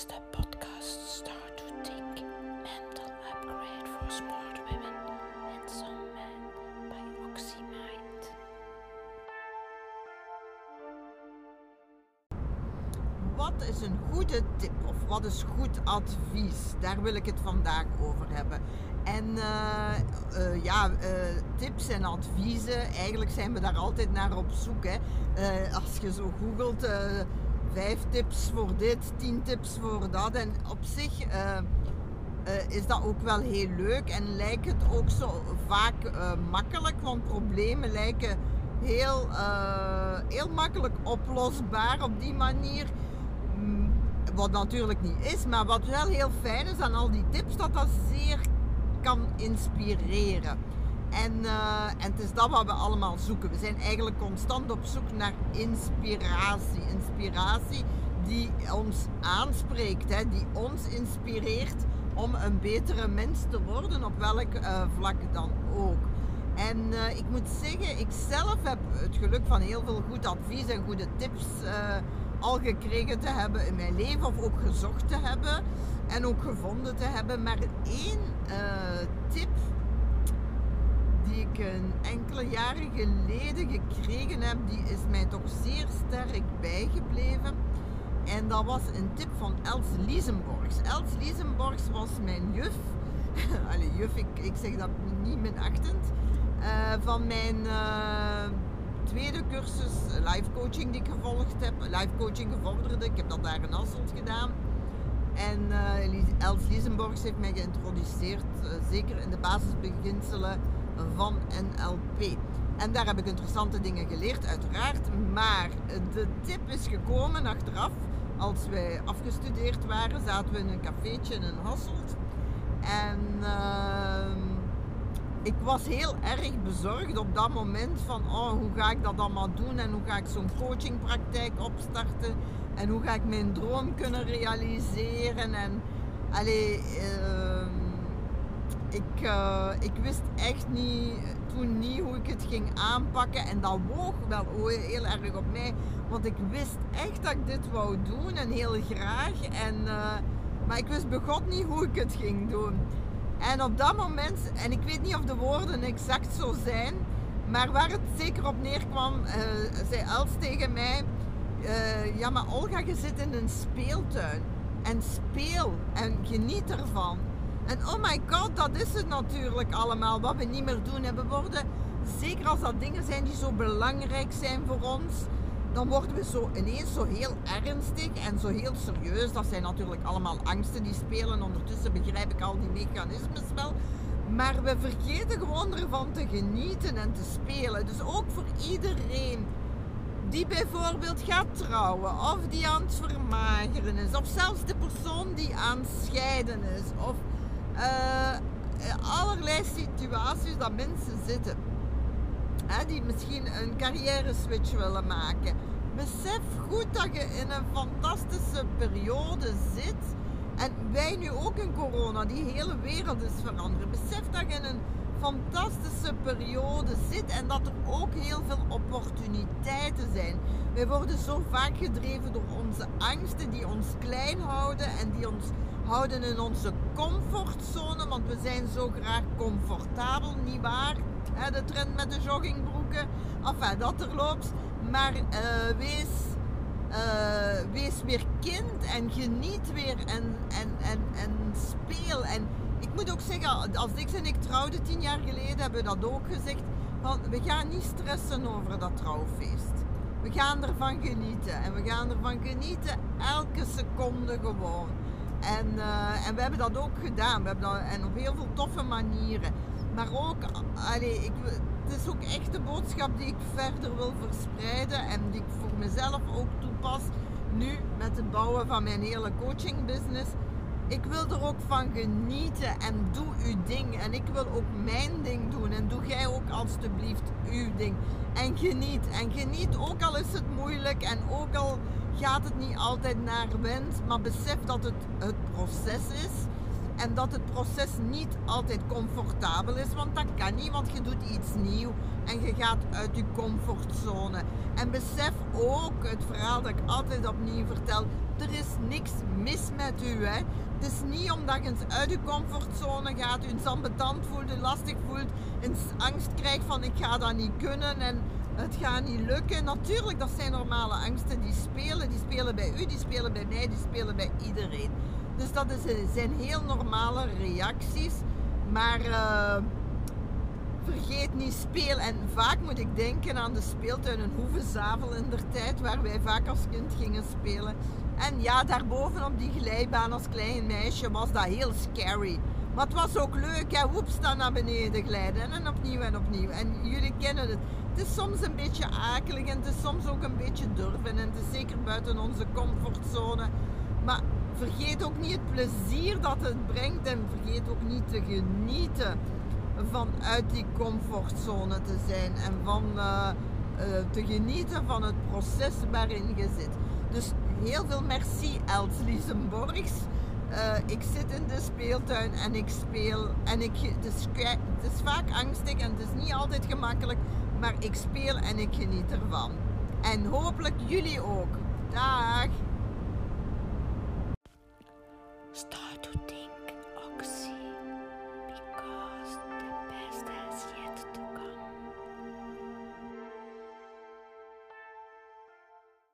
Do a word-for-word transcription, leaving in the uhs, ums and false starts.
is de podcast Start to Think Mental Upgrade for Smart Women and Some Men by Oxymind. Wat is een goede tip of wat is goed advies? Daar wil ik het vandaag over hebben. En uh, uh, ja, uh, tips en adviezen, eigenlijk zijn we daar altijd naar op zoek. Hè. Uh, als je zo googelt, uh, vijf tips voor dit, tien tips voor dat. En op zich uh, uh, is dat ook wel heel leuk en lijkt het ook zo vaak uh, makkelijk, want problemen lijken heel, uh, heel makkelijk oplosbaar op die manier. Wat natuurlijk niet is, maar wat wel heel fijn is aan al die tips, dat dat zeer kan inspireren. En, uh, en het is dat wat we allemaal zoeken. We zijn eigenlijk constant op zoek naar inspiratie. Inspiratie die ons aanspreekt, hè, die ons inspireert om een betere mens te worden, op welk uh, vlak dan ook. En uh, ik moet zeggen, ik zelf heb het geluk van heel veel goed advies en goede tips uh, al gekregen te hebben in mijn leven, of ook gezocht te hebben en ook gevonden te hebben. Maar één uh, tip die ik een enkele jaren geleden gekregen heb, die is mij toch zeer sterk bijgebleven. En dat was een tip van Els Liesenborgs. Els Liesenborgs was mijn juf. Allee, juf, ik, ik zeg dat niet minachtend. Uh, van mijn uh, tweede cursus life coaching die ik gevolgd heb. Life coaching gevorderde. Ik heb dat daar in Hasselt gedaan. En uh, Els Liesenborgs heeft mij geïntroduceerd, uh, zeker in de basisbeginselen van N L P. En daar heb ik interessante dingen geleerd, uiteraard. Maar de tip is gekomen achteraf. Als wij afgestudeerd waren, zaten we in een cafeetje in Hasselt. En uh, ik was heel erg bezorgd op dat moment van oh, hoe ga ik dat allemaal doen en hoe ga ik zo'n coachingpraktijk opstarten en hoe ga ik mijn droom kunnen realiseren. En allee, uh, ik, uh, ik wist echt niet, toen niet hoe ik het ging aanpakken en dat woog wel heel erg op mij, want ik wist echt dat ik dit wou doen en heel graag. En, uh, maar ik wist bij God niet hoe ik het ging doen. En op dat moment, en ik weet niet of de woorden exact zo zijn, maar waar het zeker op neerkwam, uh, zei Els tegen mij, uh, ja maar Olga, je zit in een speeltuin en speel en geniet ervan. En oh my god, dat is het natuurlijk allemaal wat we niet meer doen. En we worden, zeker als dat dingen zijn die zo belangrijk zijn voor ons, dan worden we zo ineens zo heel ernstig en zo heel serieus. Dat zijn natuurlijk allemaal angsten die spelen. Ondertussen begrijp ik al die mechanismes wel. Maar we vergeten gewoon ervan te genieten en te spelen. Dus ook voor iedereen die bijvoorbeeld gaat trouwen, of die aan het vermageren is, of zelfs de persoon die aan het scheiden is, of uh, allerlei situaties dat mensen zitten. He, die misschien een carrière switch willen maken. Besef goed dat je in een fantastische periode zit. En wij nu ook in corona, die hele wereld is veranderd. Besef dat je in een fantastische periode zit en dat er ook heel veel opportuniteiten zijn. Wij worden zo vaak gedreven door onze angsten die ons klein houden en die ons houden in onze comfortzone, want we zijn zo graag comfortabel, nietwaar? He, de trend met de joggingbroeken, enfin, dat terloops. Maar uh, wees, uh, wees weer kind en geniet weer en, en, en, en speel. En ik moet ook zeggen, als Dix en ik trouwden tien jaar geleden, hebben we dat ook gezegd, van, we gaan niet stressen over dat trouwfeest. We gaan ervan genieten en we gaan ervan genieten elke seconde gewoon. En, uh, en we hebben dat ook gedaan, we hebben dat, en op heel veel toffe manieren. Maar ook, allee, ik, het is ook echt de boodschap die ik verder wil verspreiden en die ik voor mezelf ook toepas, nu met het bouwen van mijn hele coaching business. Ik wil er ook van genieten en doe uw ding. En ik wil ook mijn ding doen en doe jij ook alstublieft uw ding. En geniet. En geniet ook al is het moeilijk en ook al gaat het niet altijd naar wens, maar besef dat het het proces is. En dat het proces niet altijd comfortabel is, want dat kan niet, want je doet iets nieuw en je gaat uit je comfortzone. En besef ook, het verhaal dat ik altijd opnieuw vertel, er is niks mis met u. Hè. Het is niet omdat je eens uit je comfortzone gaat, je eens ambetant voelt, je lastig voelt, eens angst krijgt van ik ga dat niet kunnen en het gaat niet lukken. Natuurlijk, dat zijn normale angsten die spelen. Die spelen bij u, die spelen bij mij, die spelen bij iedereen. Dus dat is, zijn heel normale reacties. Maar uh, vergeet niet, speel. En vaak moet ik denken aan de speeltuin in Hoevenzavel in der tijd, waar wij vaak als kind gingen spelen. En ja, daarboven op die glijbaan als klein meisje was dat heel scary. Maar het was ook leuk, hè? Woeps, dan naar beneden glijden en opnieuw en opnieuw. En jullie kennen het. Het is soms een beetje akelig en het is soms ook een beetje durven. En het is zeker buiten onze comfortzone. Maar vergeet ook niet het plezier dat het brengt. En vergeet ook niet te genieten van uit die comfortzone te zijn. En van uh, uh, te genieten van het proces waarin je zit. Dus heel veel merci Els Liesenborgs. Uh, ik zit in de speeltuin en ik speel en ik, het, is, het is vaak angstig en het is niet altijd gemakkelijk, maar ik speel en ik geniet ervan. En hopelijk jullie ook.